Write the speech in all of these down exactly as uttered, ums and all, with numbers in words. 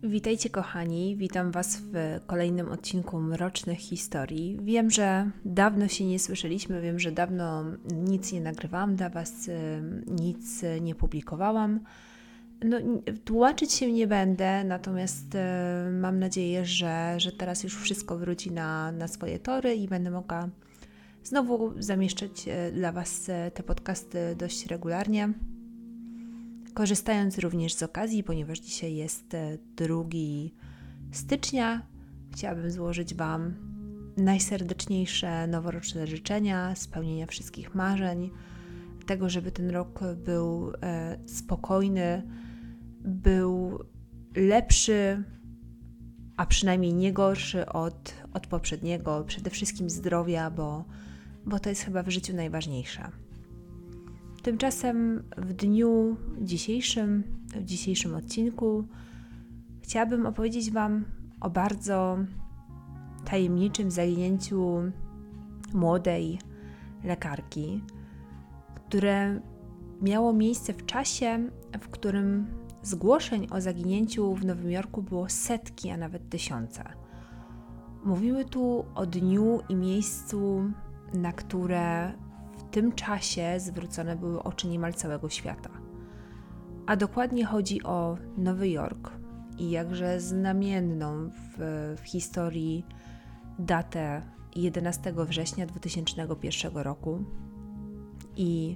Witajcie kochani, witam Was w kolejnym odcinku Mrocznych Historii. Wiem, że dawno się nie słyszeliśmy, wiem, że dawno nic nie nagrywałam dla Was, nic nie publikowałam. No, tłumaczyć się nie będę, natomiast mam nadzieję, że, że teraz już wszystko wróci na, na swoje tory i będę mogła znowu zamieszczać dla Was te podcasty dość regularnie. Korzystając również z okazji, ponieważ dzisiaj jest drugiego stycznia, chciałabym złożyć Wam najserdeczniejsze noworoczne życzenia, spełnienia wszystkich marzeń, tego, żeby ten rok był e, spokojny, był lepszy, a przynajmniej nie gorszy od, od poprzedniego. Przede wszystkim zdrowia, bo, bo to jest chyba w życiu najważniejsze. Tymczasem w dniu dzisiejszym, w dzisiejszym odcinku chciałabym opowiedzieć Wam o bardzo tajemniczym zaginięciu młodej lekarki, które miało miejsce w czasie, w którym zgłoszeń o zaginięciu w Nowym Jorku było setki, a nawet tysiące. Mówimy tu o dniu i miejscu, na które w tym czasie zwrócone były oczy niemal całego świata. A dokładnie chodzi o Nowy Jork i jakże znamienną w, w historii datę jedenastego września dwa tysiące pierwszego roku. I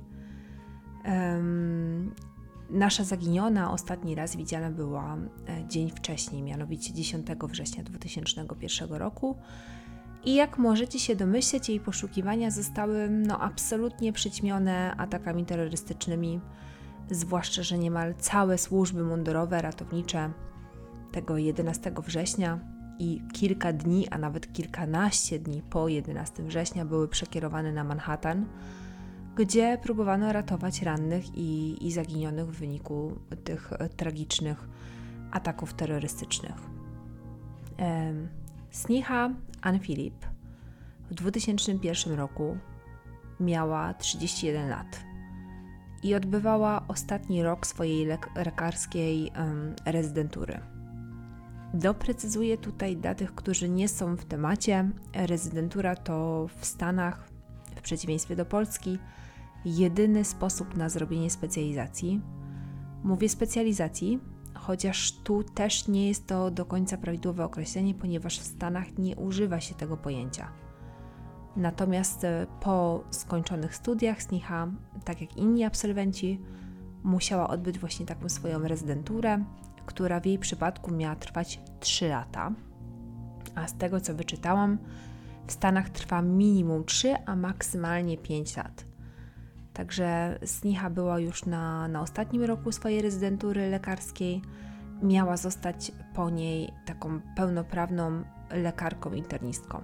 um, nasza zaginiona ostatni raz widziana była dzień wcześniej, mianowicie dziesiątego września dwa tysiące pierwszego roku. I jak możecie się domyśleć, jej poszukiwania zostały no, absolutnie przyćmione atakami terrorystycznymi, zwłaszcza, że niemal całe służby mundurowe, ratownicze tego jedenastego września i kilka dni, a nawet kilkanaście dni po jedenastego września były przekierowane na Manhattan, gdzie próbowano ratować rannych i, i zaginionych w wyniku tych tragicznych ataków terrorystycznych. Um, Sneha Ann Philip w dwa tysiące pierwszym roku miała trzydzieści jeden lat i odbywała ostatni rok swojej lek- lekarskiej um, rezydentury. Doprecyzuję tutaj dla tych, którzy nie są w temacie. Rezydentura to w Stanach, w przeciwieństwie do Polski, jedyny sposób na zrobienie specjalizacji. Mówię specjalizacji, chociaż tu też nie jest to do końca prawidłowe określenie, ponieważ w Stanach nie używa się tego pojęcia. Natomiast po skończonych studiach Sneha, tak jak inni absolwenci, musiała odbyć właśnie taką swoją rezydenturę, która w jej przypadku miała trwać trzy lata, a z tego co wyczytałam, w Stanach trwa minimum trzy, a maksymalnie pięć lat. Także Sneha była już na, na ostatnim roku swojej rezydentury lekarskiej. Miała zostać po niej taką pełnoprawną lekarką internistką.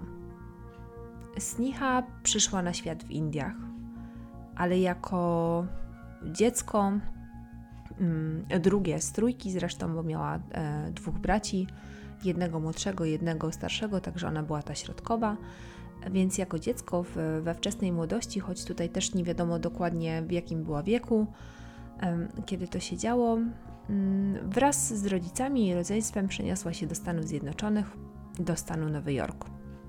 Sneha przyszła na świat w Indiach, ale jako dziecko, mm, drugie z trójki zresztą, bo miała e, dwóch braci, jednego młodszego, jednego starszego, także ona była ta środkowa. Więc jako dziecko w, we wczesnej młodości, choć tutaj też nie wiadomo dokładnie w jakim była wieku, kiedy to się działo, wraz z rodzicami i rodzeństwem przeniosła się do Stanów Zjednoczonych, do stanu Nowy Jork.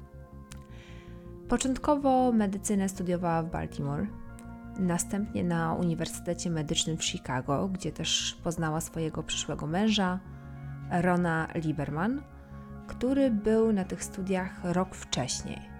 Początkowo medycynę studiowała w Baltimore, następnie na Uniwersytecie Medycznym w Chicago, gdzie też poznała swojego przyszłego męża, Rona Lieberman, który był na tych studiach rok wcześniej.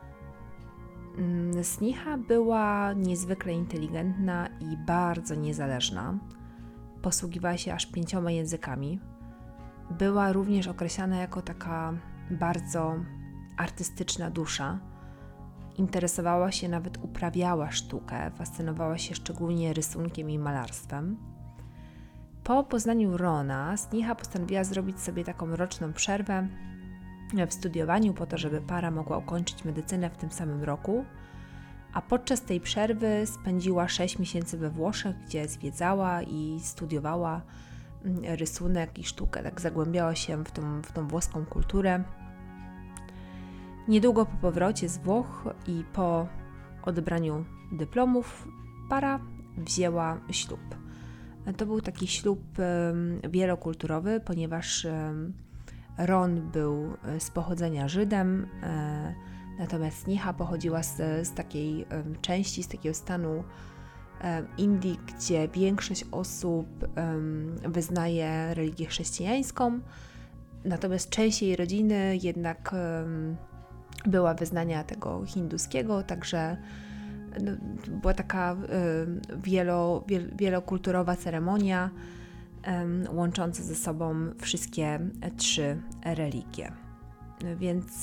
Sneha była niezwykle inteligentna i bardzo niezależna. Posługiwała się aż pięcioma językami. Była również określana jako taka bardzo artystyczna dusza. Interesowała się, nawet uprawiała sztukę, fascynowała się szczególnie rysunkiem i malarstwem. Po poznaniu Rona, Sneha postanowiła zrobić sobie taką roczną przerwę w studiowaniu po to, żeby para mogła ukończyć medycynę w tym samym roku, a podczas tej przerwy spędziła sześć miesięcy we Włoszech, gdzie zwiedzała i studiowała rysunek i sztukę, tak zagłębiała się w tą, w tą włoską kulturę. Niedługo po powrocie z Włoch i po odebraniu dyplomów para wzięła ślub. To był taki ślub wielokulturowy, ponieważ Ron był z pochodzenia Żydem, natomiast Sniha pochodziła z, z takiej części, z takiego stanu Indii, gdzie większość osób wyznaje religię chrześcijańską, natomiast część jej rodziny jednak była wyznania tego hinduskiego, także no, była taka wielo, wielokulturowa ceremonia łącząca ze sobą wszystkie trzy religie. Więc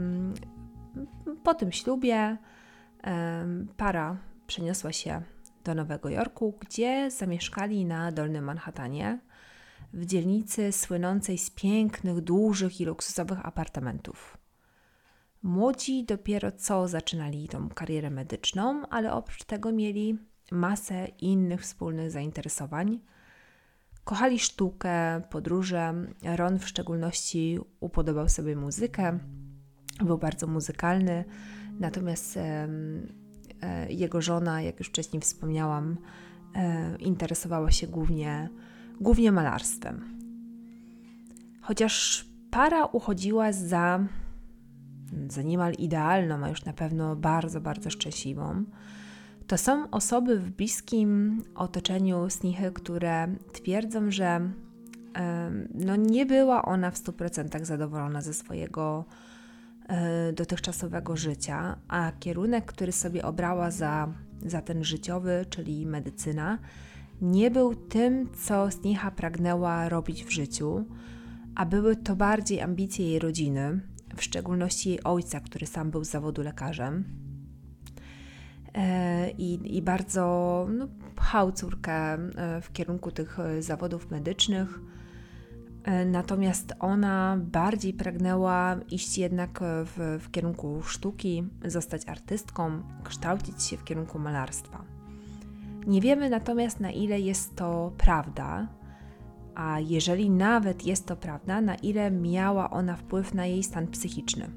po tym ślubie para przeniosła się do Nowego Jorku, gdzie zamieszkali na Dolnym Manhattanie, w dzielnicy słynącej z pięknych, dużych i luksusowych apartamentów. Młodzi dopiero co zaczynali tą karierę medyczną, ale oprócz tego mieli masę innych wspólnych zainteresowań. Kochali sztukę, podróże. Ron w szczególności upodobał sobie muzykę, był bardzo muzykalny, natomiast e, e, jego żona, jak już wcześniej wspomniałam, e, interesowała się głównie, głównie malarstwem. Chociaż para uchodziła za, za niemal idealną, a już na pewno bardzo, bardzo szczęśliwą, to są osoby w bliskim otoczeniu Snichy, które twierdzą, że no, nie była ona w stu procentach zadowolona ze swojego dotychczasowego życia, a kierunek, który sobie obrała za, za ten życiowy, czyli medycyna, nie był tym, co Sniha pragnęła robić w życiu, a były to bardziej ambicje jej rodziny, w szczególności jej ojca, który sam był z zawodu lekarzem. I, i bardzo no, pchał córkę w kierunku tych zawodów medycznych. Natomiast ona bardziej pragnęła iść jednak w, w kierunku sztuki, zostać artystką, kształcić się w kierunku malarstwa. Nie wiemy natomiast, na ile jest to prawda, a jeżeli nawet jest to prawda, na ile miała ona wpływ na jej stan psychiczny.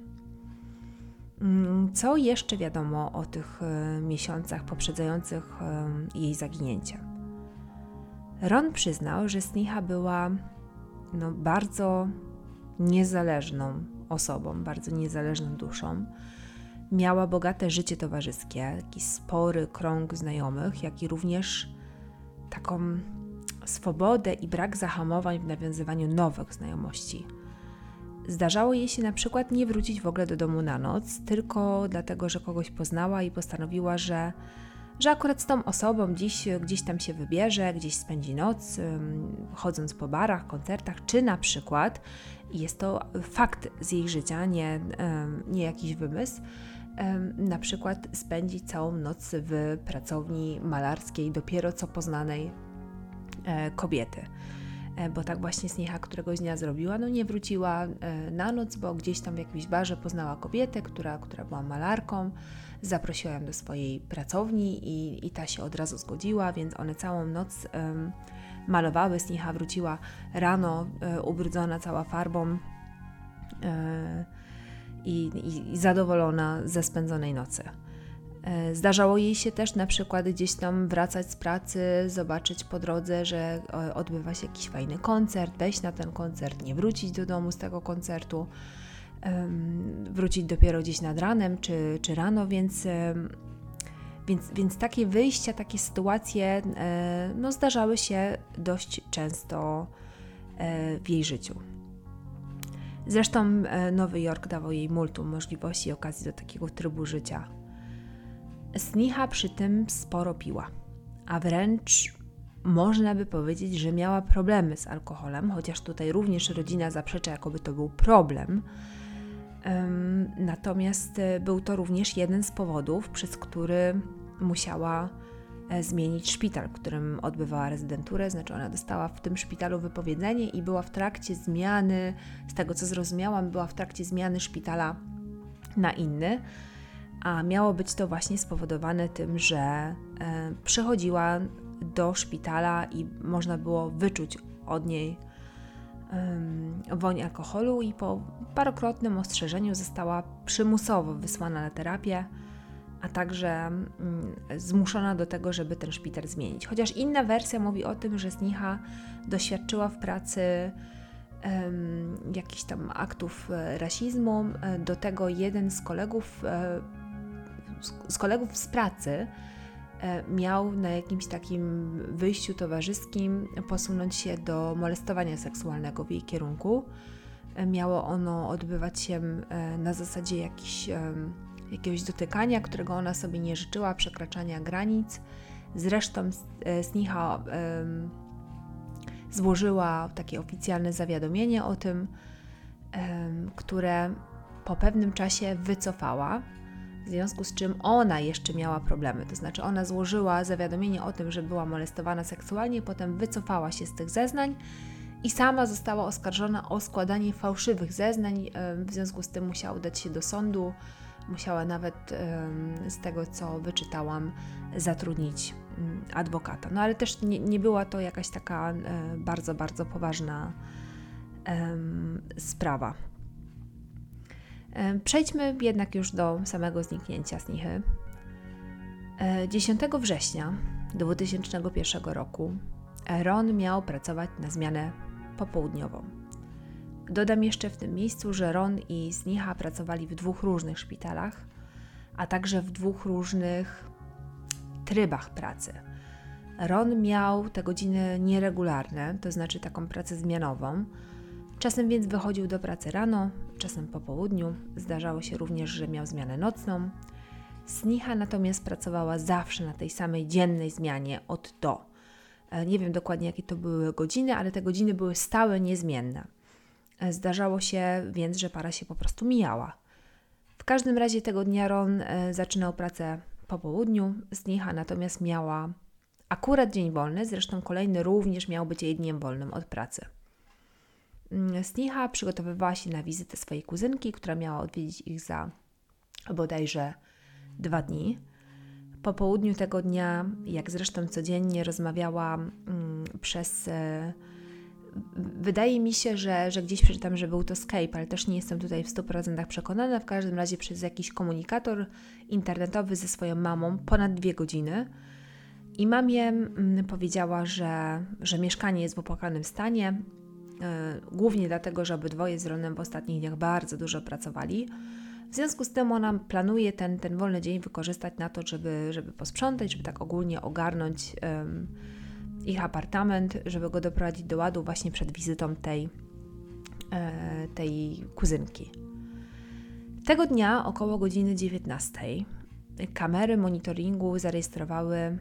Co jeszcze wiadomo o tych miesiącach poprzedzających jej zaginięcie? Ron przyznał, że Sniha była no, bardzo niezależną osobą, bardzo niezależną duszą. Miała bogate życie towarzyskie, taki spory krąg znajomych, jak i również taką swobodę i brak zahamowań w nawiązywaniu nowych znajomości. Zdarzało jej się na przykład nie wrócić w ogóle do domu na noc, tylko dlatego, że kogoś poznała i postanowiła, że, że akurat z tą osobą dziś, gdzieś tam się wybierze, gdzieś spędzi noc, chodząc po barach, koncertach, czy na przykład, i jest to fakt z jej życia, nie, nie jakiś wymysł, na przykład spędzić całą noc w pracowni malarskiej dopiero co poznanej kobiety. Bo tak właśnie Sniha któregoś dnia zrobiła, no nie wróciła na noc, bo gdzieś tam w jakimś barze poznała kobietę, która, która była malarką, zaprosiła ją do swojej pracowni i, i ta się od razu zgodziła, więc one całą noc um, malowały. Sniha wróciła rano, um, ubrudzona cała farbą um, i, i zadowolona ze spędzonej nocy. Zdarzało jej się też na przykład gdzieś tam wracać z pracy, zobaczyć po drodze, że odbywa się jakiś fajny koncert, wejść na ten koncert, nie wrócić do domu z tego koncertu, wrócić dopiero gdzieś nad ranem czy, czy rano, więc, więc, więc takie wyjścia, takie sytuacje no, zdarzały się dość często w jej życiu. Zresztą Nowy Jork dawał jej multum możliwości i okazji do takiego trybu życia. Sniha przy tym sporo piła, a wręcz można by powiedzieć, że miała problemy z alkoholem, chociaż tutaj również rodzina zaprzecza, jakoby to był problem. Um, natomiast był to również jeden z powodów, przez który musiała zmienić szpital, w którym odbywała rezydenturę, znaczy ona dostała w tym szpitalu wypowiedzenie i była w trakcie zmiany, z tego co zrozumiałam, była w trakcie zmiany szpitala na inny, a miało być to właśnie spowodowane tym, że e, przychodziła do szpitala i można było wyczuć od niej e, woń alkoholu i po parokrotnym ostrzeżeniu została przymusowo wysłana na terapię, a także zmuszona do tego, żeby ten szpital zmienić. Chociaż inna wersja mówi o tym, że Sniha doświadczyła w pracy um, jakichś tam aktów rasizmu. Do tego jeden z kolegów, z kolegów z pracy miał na jakimś takim wyjściu towarzyskim posunąć się do molestowania seksualnego w jej kierunku. Miało ono odbywać się na zasadzie jakichś jakiegoś dotykania, którego ona sobie nie życzyła, przekraczania granic. Zresztą Sniha um, złożyła takie oficjalne zawiadomienie o tym, um, które po pewnym czasie wycofała, w związku z czym ona jeszcze miała problemy. To znaczy ona złożyła zawiadomienie o tym, że była molestowana seksualnie, potem wycofała się z tych zeznań i sama została oskarżona o składanie fałszywych zeznań, w związku z tym musiała udać się do sądu. Musiała nawet z tego, co wyczytałam, zatrudnić adwokata. No ale też nie, nie była to jakaś taka bardzo, bardzo poważna um, sprawa. Przejdźmy jednak już do samego zniknięcia Snihy. dziesiątego września dwutysięcznego pierwszego roku Ron miał pracować na zmianę popołudniową. Dodam jeszcze w tym miejscu, że Ron i Sniha pracowali w dwóch różnych szpitalach, a także w dwóch różnych trybach pracy. Ron miał te godziny nieregularne, to znaczy taką pracę zmianową. Czasem więc wychodził do pracy rano, czasem po południu. Zdarzało się również, że miał zmianę nocną. Sniha natomiast pracowała zawsze na tej samej dziennej zmianie od do. Nie wiem dokładnie, jakie to były godziny, ale te godziny były stałe, niezmienne. Zdarzało się więc, że para się po prostu mijała. W każdym razie tego dnia Ron zaczynał pracę po południu, Sniha natomiast miała akurat dzień wolny, zresztą kolejny również miał być jej dniem wolnym od pracy. Sniha przygotowywała się na wizytę swojej kuzynki, która miała odwiedzić ich za bodajże dwa dni. Po południu tego dnia, jak zresztą codziennie, rozmawiała mm, przez... E, wydaje mi się, że, że gdzieś przeczytam, że był to Skype, ale też nie jestem tutaj w stu procentach przekonana. W każdym razie przez jakiś komunikator internetowy ze swoją mamą ponad dwie godziny. I mamie mm, powiedziała, że, że mieszkanie jest w opłakanym stanie, yy, głównie dlatego, że obydwoje z Ronem w ostatnich dniach bardzo dużo pracowali. W związku z tym ona planuje ten, ten wolny dzień wykorzystać na to, żeby, żeby posprzątać, żeby tak ogólnie ogarnąć um, ich apartament, żeby go doprowadzić do ładu właśnie przed wizytą tej, e, tej kuzynki. Tego dnia około godziny dziewiętnastej kamery monitoringu zarejestrowały e,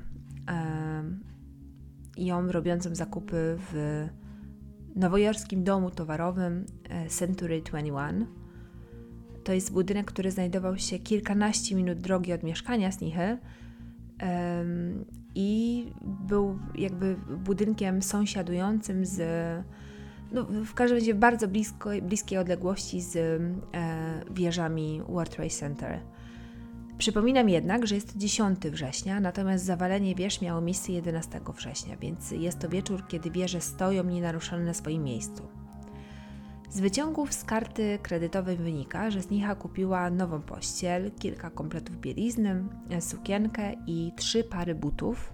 ją robiącą zakupy w nowojorskim domu towarowym e, Century dwadzieścia jeden. To jest budynek, który znajdował się kilkanaście minut drogi od mieszkania Snihy um, i był jakby budynkiem sąsiadującym z, no w każdym razie w bardzo blisko, bliskiej odległości z e, wieżami World Trade Center. Przypominam jednak, że jest dziesiątego września, natomiast zawalenie wież miało miejsce jedenastego września, więc jest to wieczór, kiedy wieże stoją nienaruszone na swoim miejscu. Z wyciągów z karty kredytowej wynika, że Sniha kupiła nową pościel, kilka kompletów bielizny, sukienkę i trzy pary butów.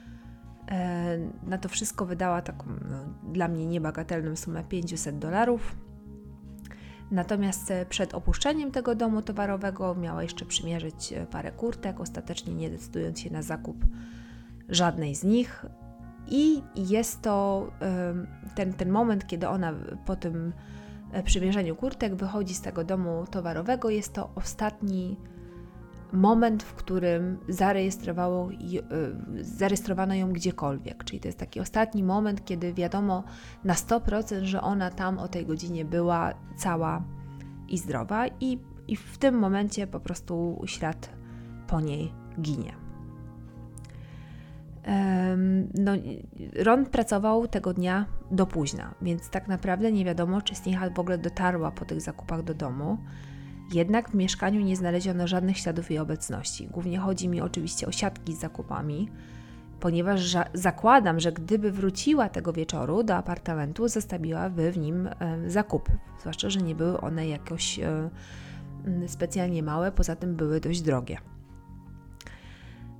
Na to wszystko wydała taką no, dla mnie niebagatelną sumę pięćset dolarów. Natomiast przed opuszczeniem tego domu towarowego miała jeszcze przymierzyć parę kurtek, ostatecznie nie decydując się na zakup żadnej z nich. I jest to ten, ten moment, kiedy ona po tym przymierzeniu kurtek wychodzi z tego domu towarowego. Jest to ostatni moment, w którym zarejestrowało, zarejestrowano ją gdziekolwiek. Czyli to jest taki ostatni moment, kiedy wiadomo na sto procent, że ona tam o tej godzinie była cała i zdrowa i, i w tym momencie po prostu ślad po niej ginie. No, Ron pracował tego dnia do późna, więc tak naprawdę nie wiadomo, czy Sniha w ogóle dotarła po tych zakupach do domu. Jednak w mieszkaniu nie znaleziono żadnych śladów jej obecności. Głównie chodzi mi oczywiście o siatki z zakupami, ponieważ ża- zakładam, że gdyby wróciła tego wieczoru do apartamentu, zostawiłaby w nim e, zakupy. Zwłaszcza, że nie były one jakoś e, specjalnie małe, poza tym były dość drogie.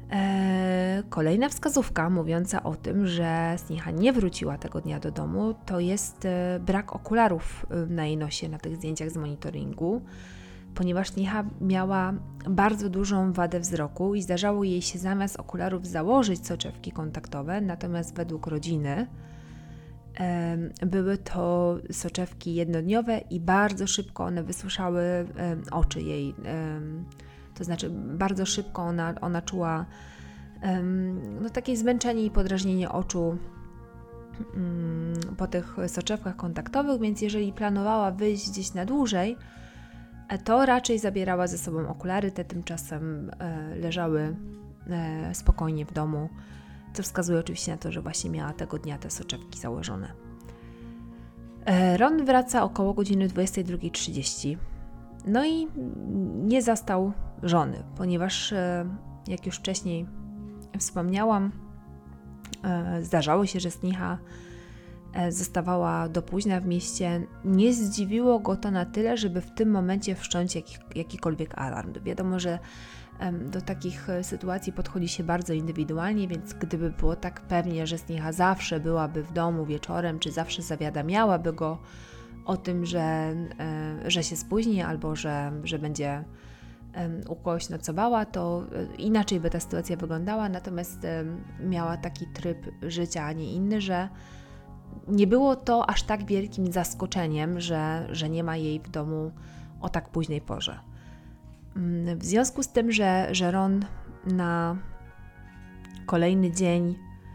E, kolejna wskazówka mówiąca o tym, że Sneha nie wróciła tego dnia do domu, to jest e, brak okularów na jej nosie na tych zdjęciach z monitoringu, ponieważ Sneha miała bardzo dużą wadę wzroku i zdarzało jej się zamiast okularów założyć soczewki kontaktowe, natomiast według rodziny e, były to soczewki jednodniowe i bardzo szybko one wysuszały e, oczy jej. E, To znaczy bardzo szybko ona, ona czuła um, no, takie zmęczenie i podrażnienie oczu um, po tych soczewkach kontaktowych, więc jeżeli planowała wyjść gdzieś na dłużej, to raczej zabierała ze sobą okulary, te tymczasem e, leżały e, spokojnie w domu, co wskazuje oczywiście na to, że właśnie miała tego dnia te soczewki założone. E, Ron wraca około godziny dwudziestej drugiej trzydzieści. No i nie zastał żony, ponieważ jak już wcześniej wspomniałam, zdarzało się, że Sneha zostawała do późna w mieście. Nie zdziwiło go to na tyle, żeby w tym momencie wszcząć jaki, jakikolwiek alarm. Wiadomo, że do takich sytuacji podchodzi się bardzo indywidualnie, więc gdyby było tak pewnie, że Sneha zawsze byłaby w domu wieczorem, czy zawsze zawiadamiałaby go o tym, że, że się spóźni albo że, że będzie u kogoś nocowała, to inaczej by ta sytuacja wyglądała, natomiast miała taki tryb życia, a nie inny, że nie było to aż tak wielkim zaskoczeniem, że, że nie ma jej w domu o tak późnej porze. W związku z tym, że, że Ron na kolejny dzień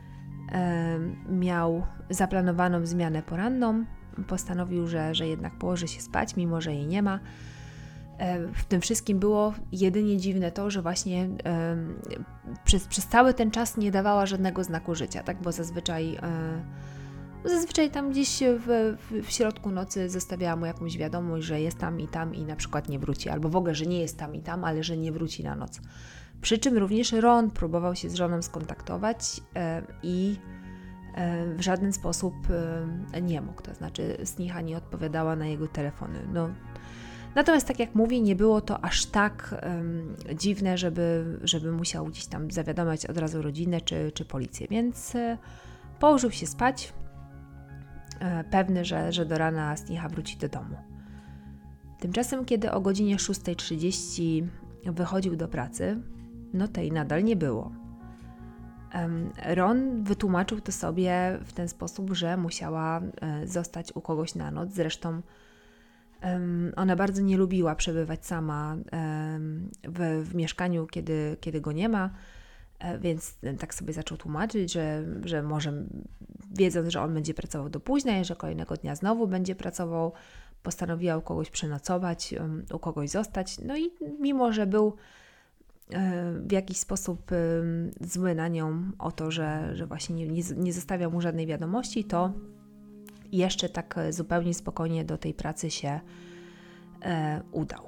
miał zaplanowaną zmianę poranną, postanowił, że, że jednak położy się spać, mimo że jej nie ma. W tym wszystkim było jedynie dziwne to, że właśnie um, przez, przez cały ten czas nie dawała żadnego znaku życia, tak? Bo zazwyczaj, um, zazwyczaj tam gdzieś w, w, w środku nocy zostawiała mu jakąś wiadomość, że jest tam i tam i na przykład nie wróci, albo w ogóle, że nie jest tam i tam, ale że nie wróci na noc. Przy czym również Ron próbował się z żoną skontaktować um, i w żaden sposób nie mógł, to znaczy Sneha nie odpowiadała na jego telefony. No. Natomiast tak jak mówię, nie było to aż tak um, dziwne, żeby, żeby musiał gdzieś tam zawiadamiać od razu rodzinę czy, czy policję, więc e, położył się spać, e, pewny, że, że do rana Sneha wróci do domu. Tymczasem, kiedy o godzinie szóstej trzydzieści wychodził do pracy, no tej nadal nie było. Ron wytłumaczył to sobie w ten sposób, że musiała zostać u kogoś na noc. Zresztą ona bardzo nie lubiła przebywać sama w, w mieszkaniu, kiedy, kiedy go nie ma, więc tak sobie zaczął tłumaczyć, że, że może wiedząc, że on będzie pracował do późna i że kolejnego dnia znowu będzie pracował, postanowiła u kogoś przenocować, u kogoś zostać. No i mimo, że był w jakiś sposób zły na nią o to, że, że właśnie nie, nie, nie zostawiał mu żadnej wiadomości, to jeszcze tak zupełnie spokojnie do tej pracy się e, udał.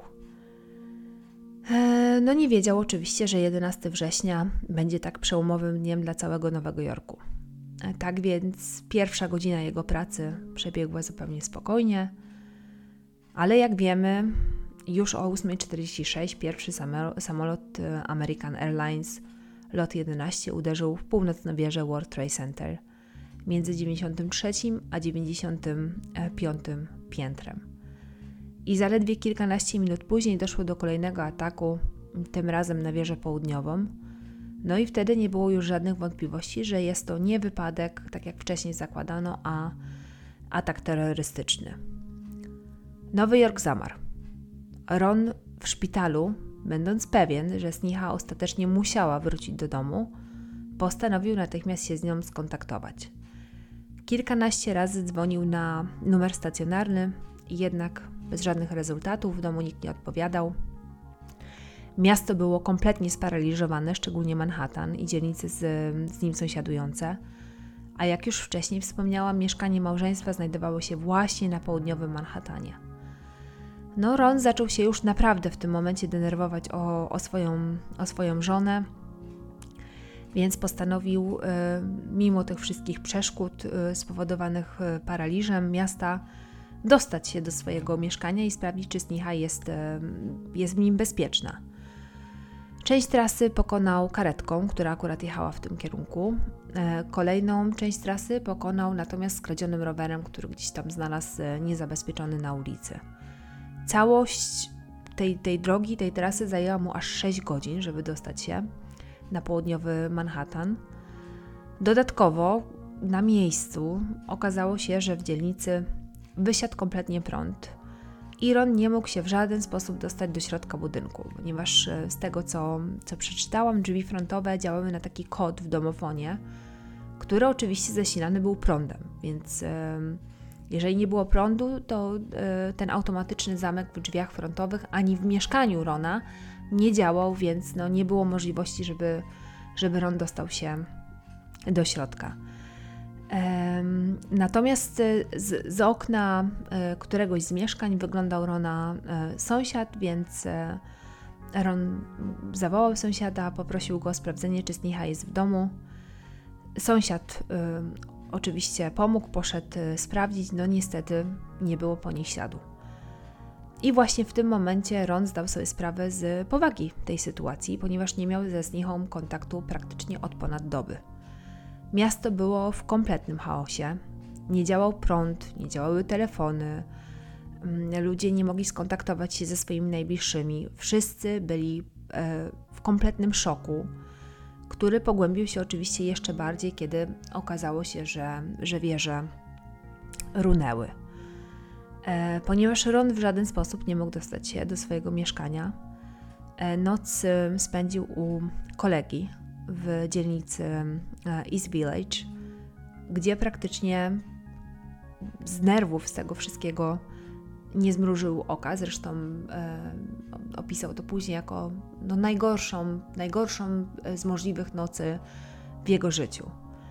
E, no nie wiedział oczywiście, że jedenastego września będzie tak przełomowym dniem dla całego Nowego Jorku. E, tak więc pierwsza godzina jego pracy przebiegła zupełnie spokojnie, ale jak wiemy, już o ósma czterdzieści sześć pierwszy samolot American Airlines lot jedenaście uderzył w północną wieżę World Trade Center między dziewięćdziesiątym trzecim a dziewięćdziesiątym piątym piętrem. I zaledwie kilkanaście minut później doszło do kolejnego ataku, tym razem na wieżę południową. No i wtedy nie było już żadnych wątpliwości, że jest to nie wypadek, tak jak wcześniej zakładano, a atak terrorystyczny. Nowy Jork zamarł. Ron w szpitalu, będąc pewien, że Sneha ostatecznie musiała wrócić do domu, postanowił natychmiast się z nią skontaktować. Kilkanaście razy dzwonił na numer stacjonarny, jednak bez żadnych rezultatów, w domu nikt nie odpowiadał. Miasto było kompletnie sparaliżowane, szczególnie Manhattan i dzielnice z, z nim sąsiadujące, a jak już wcześniej wspomniałam, mieszkanie małżeństwa znajdowało się właśnie na południowym Manhattanie. No, Ron zaczął się już naprawdę w tym momencie denerwować o, o, swoją, o swoją żonę, więc postanowił, y, mimo tych wszystkich przeszkód y, spowodowanych y, paraliżem miasta, dostać się do swojego mieszkania i sprawdzić, czy Sneha jest, y, jest w nim bezpieczna. Część trasy pokonał karetką, która akurat jechała w tym kierunku. Kolejną część trasy pokonał natomiast skradzionym rowerem, który gdzieś tam znalazł niezabezpieczony na ulicy. Całość tej, tej drogi, tej trasy zajęła mu aż sześć godzin, żeby dostać się na południowy Manhattan. Dodatkowo na miejscu okazało się, że w dzielnicy wysiadł kompletnie prąd i Ron nie mógł się w żaden sposób dostać do środka budynku, ponieważ z tego, co, co przeczytałam, drzwi frontowe działały na taki kod w domofonie, który oczywiście zasilany był prądem, więc jeżeli nie było prądu, to ten automatyczny zamek w drzwiach frontowych ani w mieszkaniu Rona nie działał, więc no nie było możliwości, żeby, żeby Ron dostał się do środka. Natomiast z, z okna któregoś z mieszkań wyglądał Rona sąsiad, więc Ron zawołał sąsiada, poprosił go o sprawdzenie, czy Sneha jest w domu. Sąsiad oczywiście pomógł, poszedł sprawdzić, no niestety nie było po niej śladu. I właśnie w tym momencie Ron zdał sobie sprawę z powagi tej sytuacji, ponieważ nie miał ze Snehą kontaktu praktycznie od ponad doby. Miasto było w kompletnym chaosie, nie działał prąd, nie działały telefony, ludzie nie mogli skontaktować się ze swoimi najbliższymi, wszyscy byli w kompletnym szoku, który pogłębił się oczywiście jeszcze bardziej, kiedy okazało się, że, że wieże runęły. Ponieważ Ron w żaden sposób nie mógł dostać się do swojego mieszkania, noc spędził u kolegi w dzielnicy East Village, gdzie praktycznie z nerwów z tego wszystkiego nie zmrużył oka. Zresztą e, opisał to później jako no, najgorszą, najgorszą z możliwych nocy w jego życiu.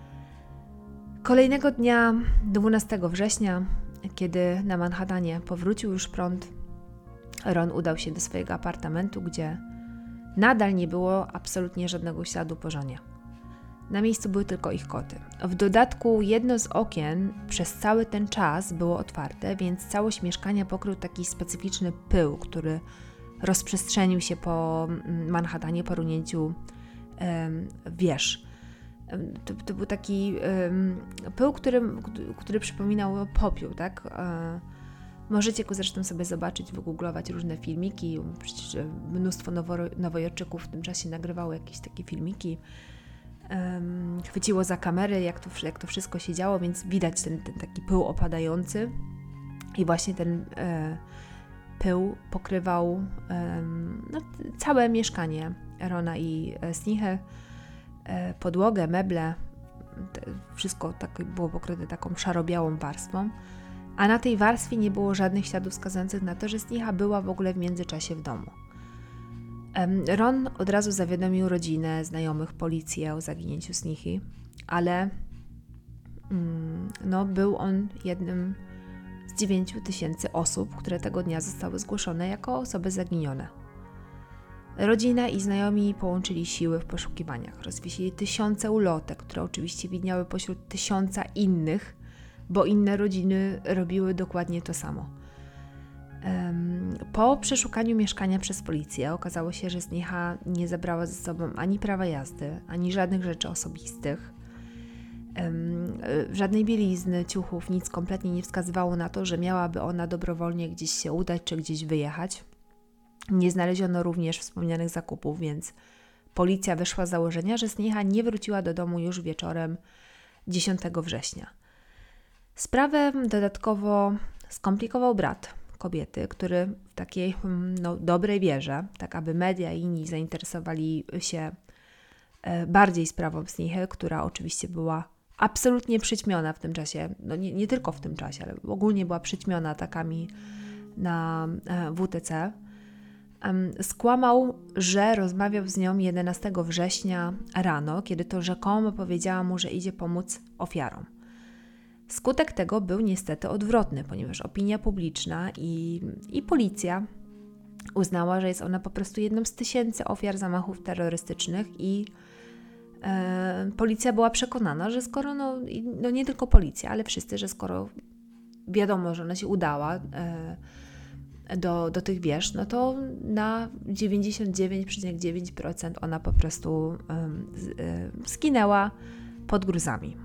Kolejnego dnia, dwunastego września, kiedy na Manhattanie powrócił już prąd, Ron udał się do swojego apartamentu, gdzie nadal nie było absolutnie żadnego śladu po żonie. Na miejscu były tylko ich koty. W dodatku jedno z okien przez cały ten czas było otwarte, więc całość mieszkania pokrył taki specyficzny pył, który rozprzestrzenił się po Manhattanie po runięciu um, wież. To, to był taki um, pył, który, który przypominał popiół, tak? E, możecie go zresztą sobie zobaczyć, wygooglować różne filmiki. Przecież mnóstwo nowo- nowojorczyków w tym czasie nagrywało jakieś takie filmiki. Um, chwyciło za kamery, jak to, jak to wszystko się działo, więc widać ten, ten taki pył opadający. I właśnie ten e, pył pokrywał e, no, całe mieszkanie Rona i e, Snehy. Podłogę, meble, wszystko tak było pokryte taką szaro-białą warstwą, a na tej warstwie nie było żadnych śladów wskazujących na to, że Sneha była w ogóle w międzyczasie w domu. Ron od razu zawiadomił rodzinę, znajomych, policję o zaginięciu Snehy, ale no, był on jednym z dziewięciu tysięcy osób, które tego dnia zostały zgłoszone jako osoby zaginione. Rodzina i znajomi połączyli siły w poszukiwaniach. Rozwiesili tysiące ulotek, które oczywiście widniały pośród tysiąca innych, bo inne rodziny robiły dokładnie to samo. Po przeszukaniu mieszkania przez policję okazało się, że Sneha nie zabrała ze sobą ani prawa jazdy, ani żadnych rzeczy osobistych. Żadnej bielizny, ciuchów, nic kompletnie nie wskazywało na to, że miałaby ona dobrowolnie gdzieś się udać czy gdzieś wyjechać. Nie znaleziono również wspomnianych zakupów, więc policja wyszła z założenia, że Sneha nie wróciła do domu już wieczorem dziesiątego września. Sprawę dodatkowo skomplikował brat kobiety, który w takiej no, dobrej wierze, tak aby media i inni zainteresowali się bardziej sprawą Snehy, która oczywiście była absolutnie przyćmiona w tym czasie, no nie, nie tylko w tym czasie, ale ogólnie była przyćmiona atakami na W T C. Skłamał, że rozmawiał z nią jedenastego września rano, kiedy to rzekomo powiedziała mu, że idzie pomóc ofiarom. Skutek tego był niestety odwrotny, ponieważ opinia publiczna i, i policja uznała, że jest ona po prostu jedną z tysięcy ofiar zamachów terrorystycznych i e, policja była przekonana, że skoro, no, no nie tylko policja, ale wszyscy, że skoro wiadomo, że ona się udała, e, do, do tych wież, no to na dziewięćdziesiąt dziewięć przecinek dziewięć procent ona po prostu um, z, um, skinęła pod gruzami.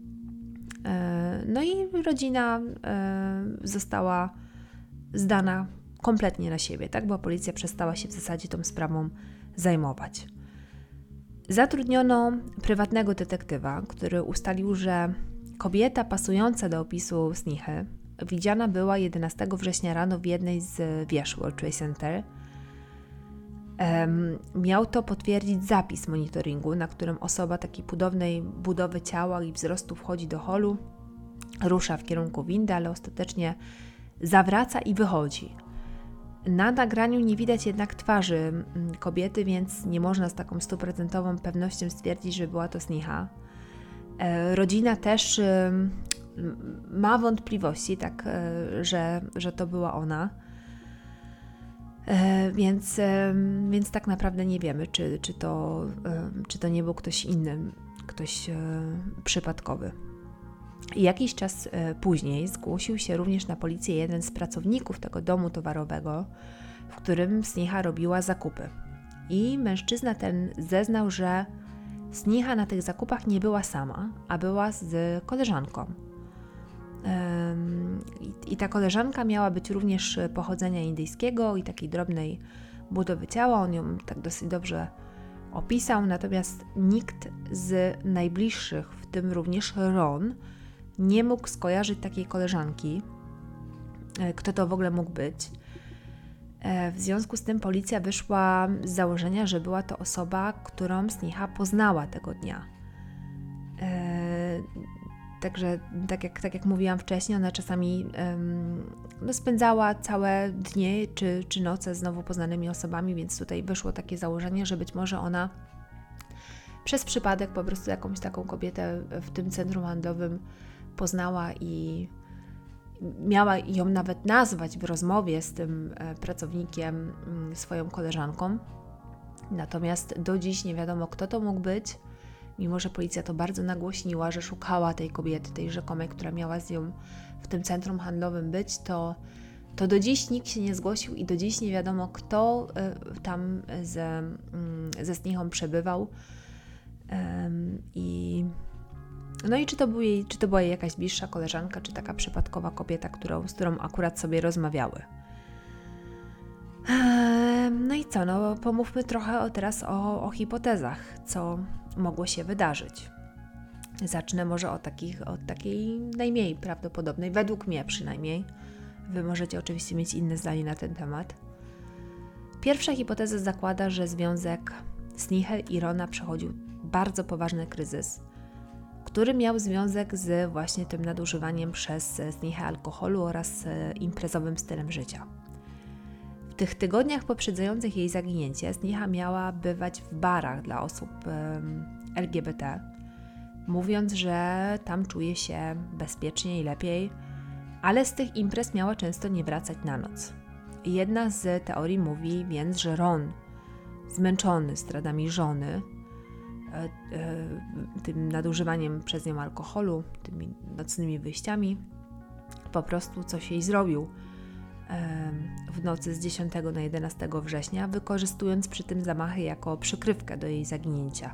No i rodzina została zdana kompletnie na siebie, tak? Bo policja przestała się w zasadzie tą sprawą zajmować. Zatrudniono prywatnego detektywa, który ustalił, że kobieta pasująca do opisu Snichy widziana była jedenastego września rano w jednej z wież World Trade Center. Um, miał to potwierdzić zapis monitoringu, na którym osoba takiej cudownej budowy ciała i wzrostu wchodzi do holu, rusza w kierunku windy, ale ostatecznie zawraca i wychodzi. Na nagraniu nie widać jednak twarzy kobiety, więc nie można z taką stuprocentową pewnością stwierdzić, że była to Snicha. E, rodzina też e, ma wątpliwości, tak, e, że, że to była ona. E, więc, e, więc tak naprawdę nie wiemy, czy, czy, to, e, czy to nie był ktoś inny, ktoś e, przypadkowy. I jakiś czas e, później zgłosił się również na policję jeden z pracowników tego domu towarowego, w którym Snicha robiła zakupy. I mężczyzna ten zeznał, że Snicha na tych zakupach nie była sama, a była z koleżanką. I ta koleżanka miała być również pochodzenia indyjskiego i takiej drobnej budowy ciała. On ją tak dosyć dobrze opisał, natomiast nikt z najbliższych, w tym również Ron, nie mógł skojarzyć takiej koleżanki, kto to w ogóle mógł być. W związku z tym policja wyszła z założenia, że była to osoba, którą Snicha poznała tego dnia. Także, tak jak, tak jak mówiłam wcześniej, ona czasami um, no, spędzała całe dnie czy, czy noce z nowo poznanymi osobami, więc tutaj wyszło takie założenie, że być może ona przez przypadek po prostu jakąś taką kobietę w tym centrum handlowym poznała i miała ją nawet nazwać w rozmowie z tym pracownikiem swoją koleżanką. Natomiast do dziś nie wiadomo, kto to mógł być. Mimo że policja to bardzo nagłośniła, że szukała tej kobiety, tej rzekomej, która miała z nią w tym centrum handlowym być, to, to do dziś nikt się nie zgłosił i do dziś nie wiadomo, kto y, tam ze, y, ze Snichą przebywał. Y, i, no i czy to, był jej, czy to była jej jakaś bliższa koleżanka, czy taka przypadkowa kobieta, którą, z którą akurat sobie rozmawiały. Y, no i co, no pomówmy trochę o, teraz o, o hipotezach, co mogło się wydarzyć. Zacznę może od, takich, od takiej najmniej prawdopodobnej, według mnie przynajmniej. Wy możecie oczywiście mieć inne zdanie na ten temat. Pierwsza hipoteza zakłada, że związek Snichy i Rona przechodził bardzo poważny kryzys, który miał związek z właśnie tym nadużywaniem przez Snichę alkoholu oraz imprezowym stylem życia. W tych tygodniach poprzedzających jej zaginięcie Snicha miała bywać w barach dla osób L G B T, mówiąc, że tam czuje się bezpiecznie i lepiej, ale z tych imprez miała często nie wracać na noc. Jedna z teorii mówi więc, że Ron, zmęczony zdradami żony, tym nadużywaniem przez nią alkoholu, tymi nocnymi wyjściami, po prostu coś jej zrobił w nocy z dziesiątego na jedenastego września, wykorzystując przy tym zamachy jako przykrywkę do jej zaginięcia.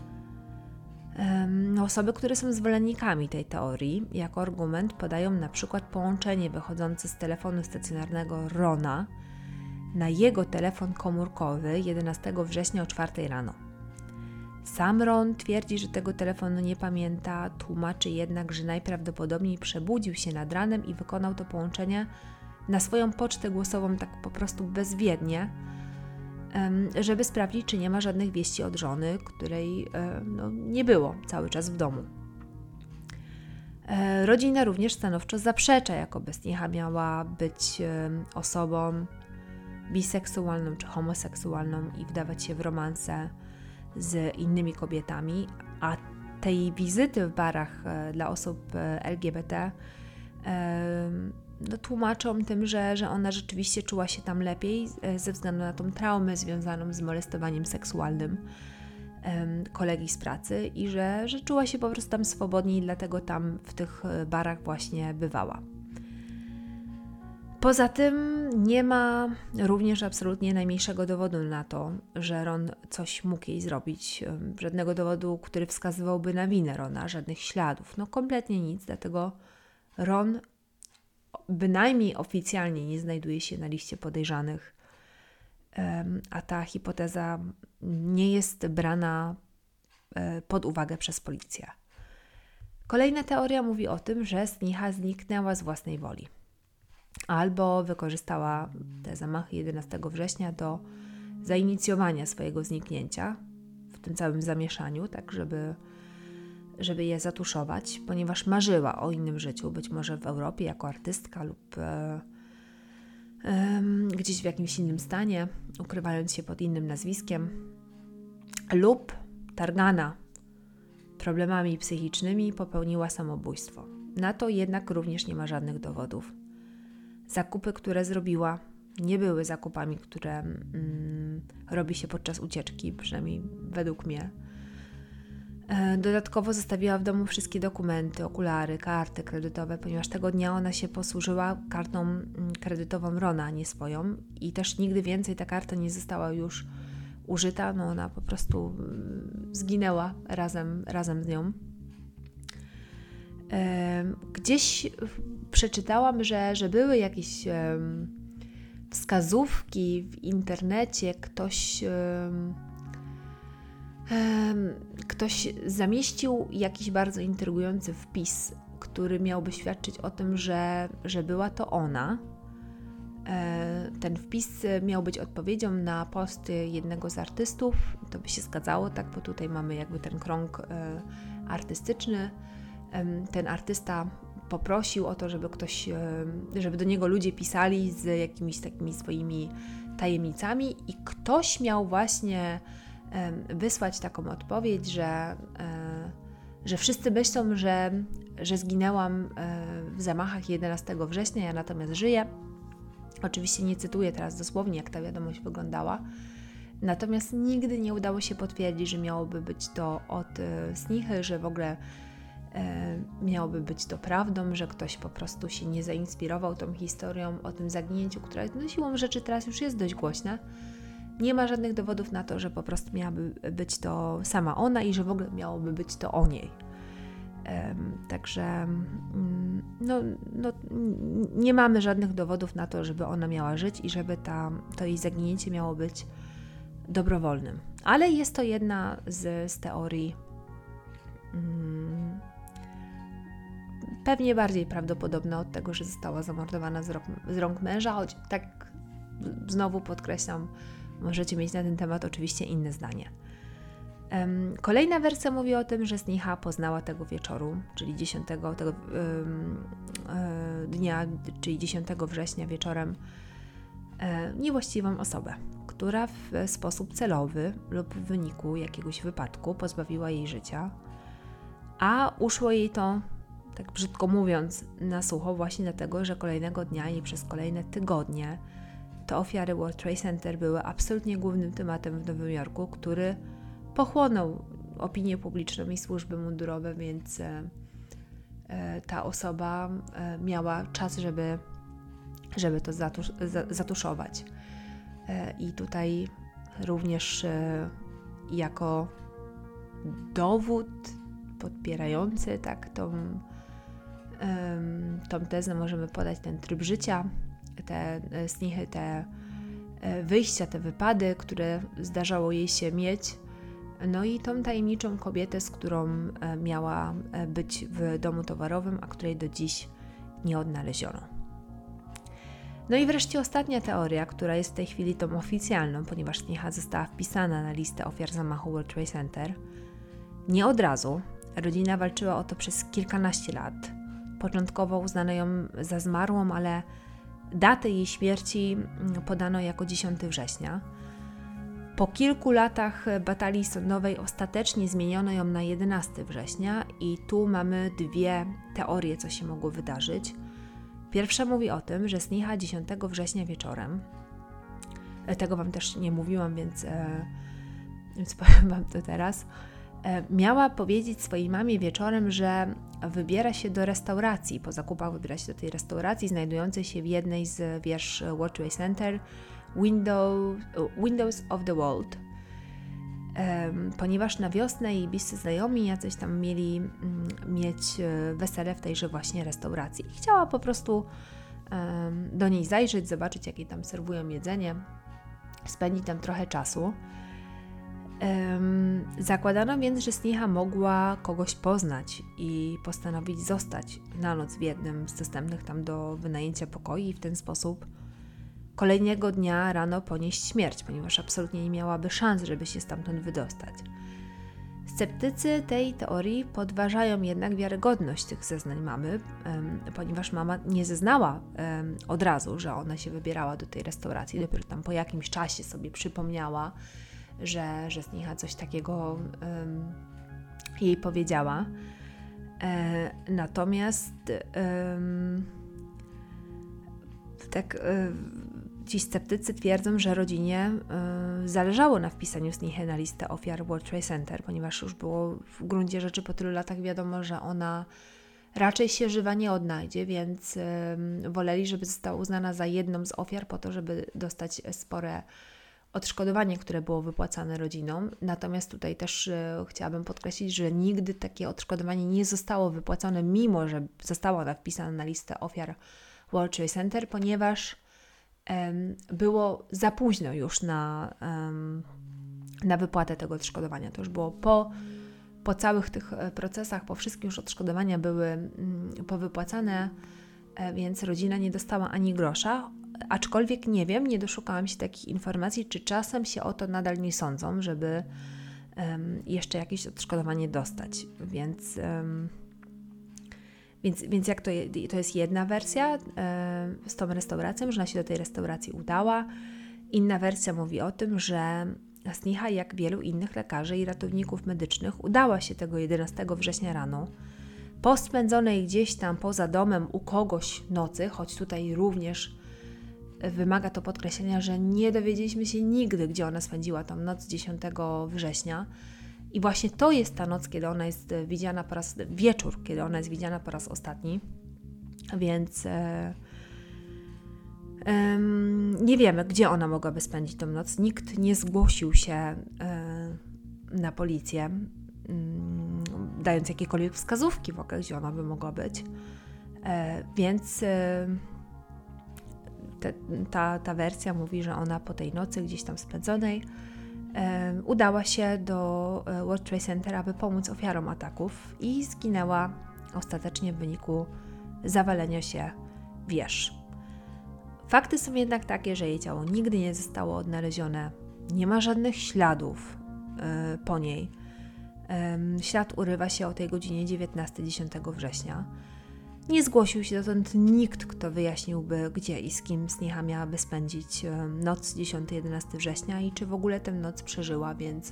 Osoby, które są zwolennikami tej teorii, jako argument podają na przykład połączenie wychodzące z telefonu stacjonarnego Rona na jego telefon komórkowy jedenastego września o czwartej rano. Sam Ron twierdzi, że tego telefonu nie pamięta, tłumaczy jednak, że najprawdopodobniej przebudził się nad ranem i wykonał to połączenie na swoją pocztę głosową tak po prostu bezwiednie, żeby sprawdzić, czy nie ma żadnych wieści od żony, której no, nie było cały czas w domu. Rodzina również stanowczo zaprzecza, jakoby Snicha miała być osobą biseksualną czy homoseksualną i wdawać się w romanse z innymi kobietami, a tej wizyty w barach dla osób L G B T no, tłumaczą tym, że, że ona rzeczywiście czuła się tam lepiej ze względu na tą traumę związaną z molestowaniem seksualnym um, kolegi z pracy i że, że czuła się po prostu tam swobodniej, dlatego tam w tych barach właśnie bywała. Poza tym nie ma również absolutnie najmniejszego dowodu na to, że Ron coś mógł jej zrobić. Żadnego dowodu, który wskazywałby na winę Rona, żadnych śladów. No kompletnie nic, dlatego Ron bynajmniej oficjalnie nie znajduje się na liście podejrzanych, a ta hipoteza nie jest brana pod uwagę przez policję. Kolejna teoria mówi o tym, że Sneha zniknęła z własnej woli. Albo wykorzystała te zamachy jedenastego września do zainicjowania swojego zniknięcia w tym całym zamieszaniu, tak żeby, żeby je zatuszować, ponieważ marzyła o innym życiu, być może w Europie jako artystka lub e, e, gdzieś w jakimś innym stanie, ukrywając się pod innym nazwiskiem, lub targana problemami psychicznymi popełniła samobójstwo. Na to jednak również nie ma żadnych dowodów. Zakupy, które zrobiła, nie były zakupami, które mm, robi się podczas ucieczki, przynajmniej według mnie. E, dodatkowo zostawiła w domu wszystkie dokumenty, okulary, karty kredytowe, ponieważ tego dnia ona się posłużyła kartą mm, kredytową Rona, a nie swoją, i też nigdy więcej ta karta nie została już użyta, no ona po prostu mm, zginęła razem, razem z nią. Gdzieś przeczytałam, że, że były jakieś um, wskazówki w internecie, ktoś, um, um, ktoś zamieścił jakiś bardzo intrygujący wpis, który miałby świadczyć o tym, że, że była to ona. E, ten wpis miał być odpowiedzią na post jednego z artystów. To by się zgadzało, tak, bo tutaj mamy jakby ten krąg e, artystyczny. Ten artysta poprosił o to, żeby ktoś, żeby do niego ludzie pisali z jakimiś takimi swoimi tajemnicami i ktoś miał właśnie wysłać taką odpowiedź, że, że wszyscy myślą, że, że zginęłam w zamachach jedenastego września, ja natomiast żyję. Oczywiście nie cytuję teraz dosłownie, jak ta wiadomość wyglądała. Natomiast nigdy nie udało się potwierdzić, że miałoby być to od Snichy, że w ogóle miałoby być to prawdą, że ktoś po prostu się nie zainspirował tą historią o tym zaginięciu, która no, siłą rzeczy teraz już jest dość głośna. Nie ma żadnych dowodów na to, że po prostu miałaby być to sama ona i że w ogóle miałoby być to o niej. Um, także no, no, nie mamy żadnych dowodów na to, żeby ona miała żyć i żeby ta, to jej zaginięcie miało być dobrowolnym. Ale jest to jedna z, z teorii um, pewnie bardziej prawdopodobna od tego, że została zamordowana z rąk, z rąk męża, choć tak znowu podkreślam, możecie mieć na ten temat oczywiście inne zdanie. Um, kolejna wersja mówi o tym, że Sneha poznała tego wieczoru, czyli dziesiątego tego, um, e, dnia, czyli dziesiątego września wieczorem, e, niewłaściwą osobę, która w sposób celowy lub w wyniku jakiegoś wypadku pozbawiła jej życia, a uszło jej to, tak brzydko mówiąc, na sucho właśnie dlatego, że kolejnego dnia i przez kolejne tygodnie te ofiary World Trade Center były absolutnie głównym tematem w Nowym Jorku, który pochłonął opinię publiczną i służby mundurowe, więc e, ta osoba e, miała czas, żeby, żeby to zatusz, za, zatuszować. E, I tutaj również e, jako dowód podpierający tak tą, e, tą tezę możemy podać ten tryb życia, te Snichy, te wyjścia, te wypady, które zdarzało jej się mieć. No i tą tajemniczą kobietę, z którą miała być w domu towarowym, a której do dziś nie odnaleziono. No i wreszcie ostatnia teoria, która jest w tej chwili tą oficjalną, ponieważ Sneha została wpisana na listę ofiar zamachu World Trade Center. Nie od razu. Rodzina walczyła o to przez kilkanaście lat. Początkowo uznano ją za zmarłą, ale datę jej śmierci podano jako dziesiątego września. Po kilku latach batalii sądowej ostatecznie zmieniono ją na jedenastego września i tu mamy dwie teorie, co się mogło wydarzyć. Pierwsza mówi o tym, że Sneha dziesiątego września wieczorem, tego Wam też nie mówiłam, więc, e, więc powiem Wam to teraz, e, miała powiedzieć swojej mamie wieczorem, że wybiera się do restauracji, po zakupach wybiera się do tej restauracji znajdującej się w jednej z wież World Trade Center, Windows, Windows of the World, um, ponieważ na wiosnę jej bliscy znajomi jacyś tam mieli um, mieć wesele w tejże właśnie restauracji. Chciała po prostu um, do niej zajrzeć, zobaczyć, jakie tam serwują jedzenie, spędzić tam trochę czasu. Um, zakładano więc, że Sneha mogła kogoś poznać i postanowić zostać na noc w jednym z dostępnych tam do wynajęcia pokoi i w ten sposób kolejnego dnia rano ponieść śmierć, ponieważ absolutnie nie miałaby szans, żeby się stamtąd wydostać. Sceptycy tej teorii podważają jednak wiarygodność tych zeznań mamy, um, ponieważ mama nie zeznała um, od razu, że ona się wybierała do tej restauracji, dopiero tam po jakimś czasie sobie przypomniała, że, że Sneha coś takiego um, jej powiedziała. E, natomiast um, tak e, ci sceptycy twierdzą, że rodzinie e, zależało na wpisaniu Snehy na listę ofiar World Trade Center, ponieważ już było w gruncie rzeczy po tylu latach wiadomo, że ona raczej się żywa nie odnajdzie, więc e, woleli, żeby została uznana za jedną z ofiar po to, żeby dostać spore odszkodowanie, które było wypłacane rodzinom. Natomiast tutaj też e, chciałabym podkreślić, że nigdy takie odszkodowanie nie zostało wypłacone, mimo że została ona wpisana na listę ofiar World Trade Center, ponieważ em, było za późno już na, em, na wypłatę tego odszkodowania. To już było po, po całych tych procesach, po wszystkim już odszkodowania były mm, powypłacane, e, więc rodzina nie dostała ani grosza. Aczkolwiek nie wiem, nie doszukałam się takich informacji, czy czasem się o to nadal nie sądzą, żeby um, jeszcze jakieś odszkodowanie dostać. Więc, um, więc, więc jak to, je, to jest jedna wersja um, z tą restauracją, że ona się do tej restauracji udała. Inna wersja mówi o tym, że Sneha, jak wielu innych lekarzy i ratowników medycznych, udała się tego jedenastego września rano. Po spędzonej gdzieś tam poza domem u kogoś nocy, choć tutaj również wymaga to podkreślenia, że nie dowiedzieliśmy się nigdy, gdzie ona spędziła tą noc dziesiątego września. I właśnie to jest ta noc, kiedy ona jest widziana po raz, wieczór, kiedy ona jest widziana po raz ostatni. Więc e, e, nie wiemy, gdzie ona mogłaby spędzić tą noc. Nikt nie zgłosił się e, na policję, m, dając jakiekolwiek wskazówki w ogóle, gdzie ona by mogła być. E, więc e, Te, ta, ta wersja mówi, że ona po tej nocy gdzieś tam spędzonej e, udała się do World Trade Center, aby pomóc ofiarom ataków i zginęła ostatecznie w wyniku zawalenia się wież. Fakty są jednak takie, że jej ciało nigdy nie zostało odnalezione. Nie ma żadnych śladów e, po niej. E, ślad urywa się o tej godzinie dziewiętnastej dziesiątego września. Nie zgłosił się dotąd nikt, kto wyjaśniłby, gdzie i z kim Sneha miałaby spędzić noc dziesiątego jedenastego września i czy w ogóle tę noc przeżyła, więc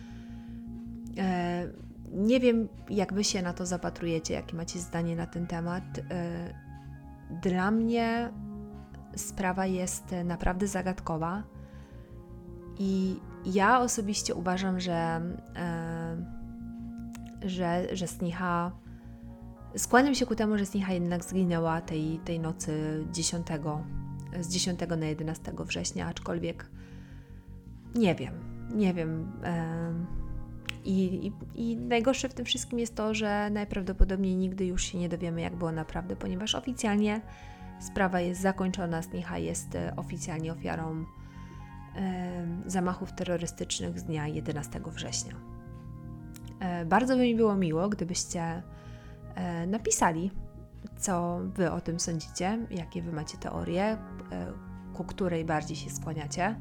e, nie wiem, jak Wy się na to zapatrujecie, jakie macie zdanie na ten temat. E, dla mnie sprawa jest naprawdę zagadkowa i ja osobiście uważam, że, e, że, że Sneha Skłaniam się ku temu, że Sneha jednak zginęła tej, tej nocy dziesiątego, z dziesiątego na jedenastego września, aczkolwiek nie wiem, nie wiem. I, i, I najgorsze w tym wszystkim jest to, że najprawdopodobniej nigdy już się nie dowiemy, jak było naprawdę, ponieważ oficjalnie sprawa jest zakończona, Sneha jest oficjalnie ofiarą e, zamachów terrorystycznych z dnia jedenastego września. E, bardzo by mi było miło, gdybyście napisali, co Wy o tym sądzicie, jakie Wy macie teorie, ku której bardziej się skłaniacie.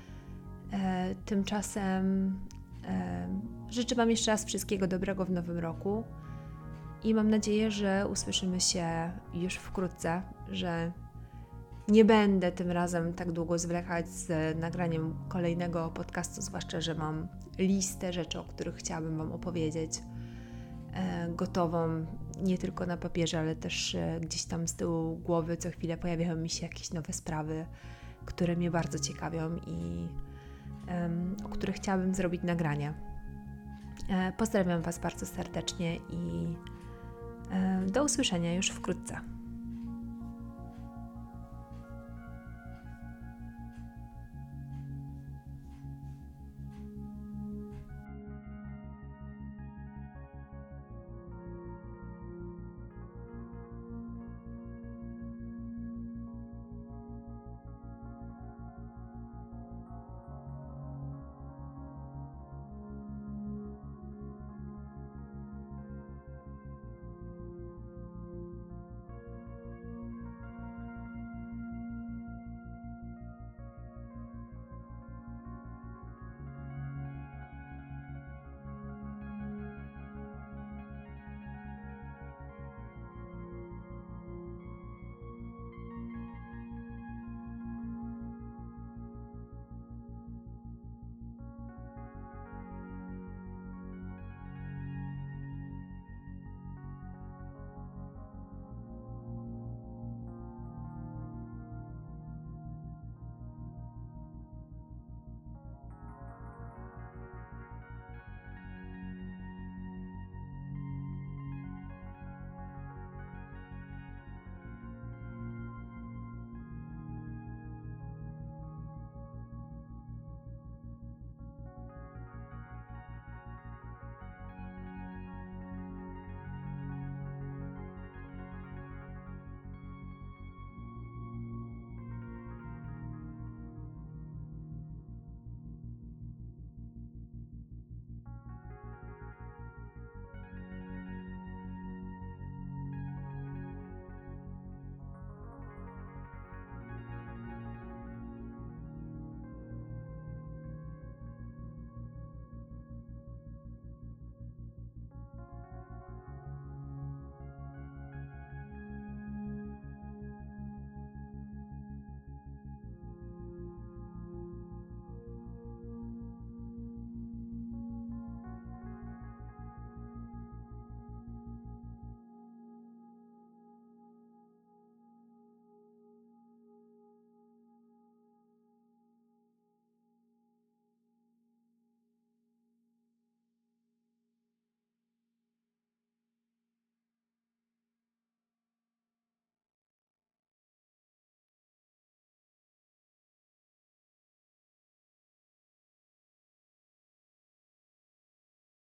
Tymczasem życzę Wam jeszcze raz wszystkiego dobrego w nowym roku i mam nadzieję, że usłyszymy się już wkrótce, że nie będę tym razem tak długo zwlekać z nagraniem kolejnego podcastu, zwłaszcza, że mam listę rzeczy, o których chciałabym Wam opowiedzieć, gotową nie tylko na papierze, ale też gdzieś tam z tyłu głowy co chwilę pojawiają mi się jakieś nowe sprawy, które mnie bardzo ciekawią i um, o których chciałabym zrobić nagranie. E, pozdrawiam Was bardzo serdecznie i Do usłyszenia już wkrótce.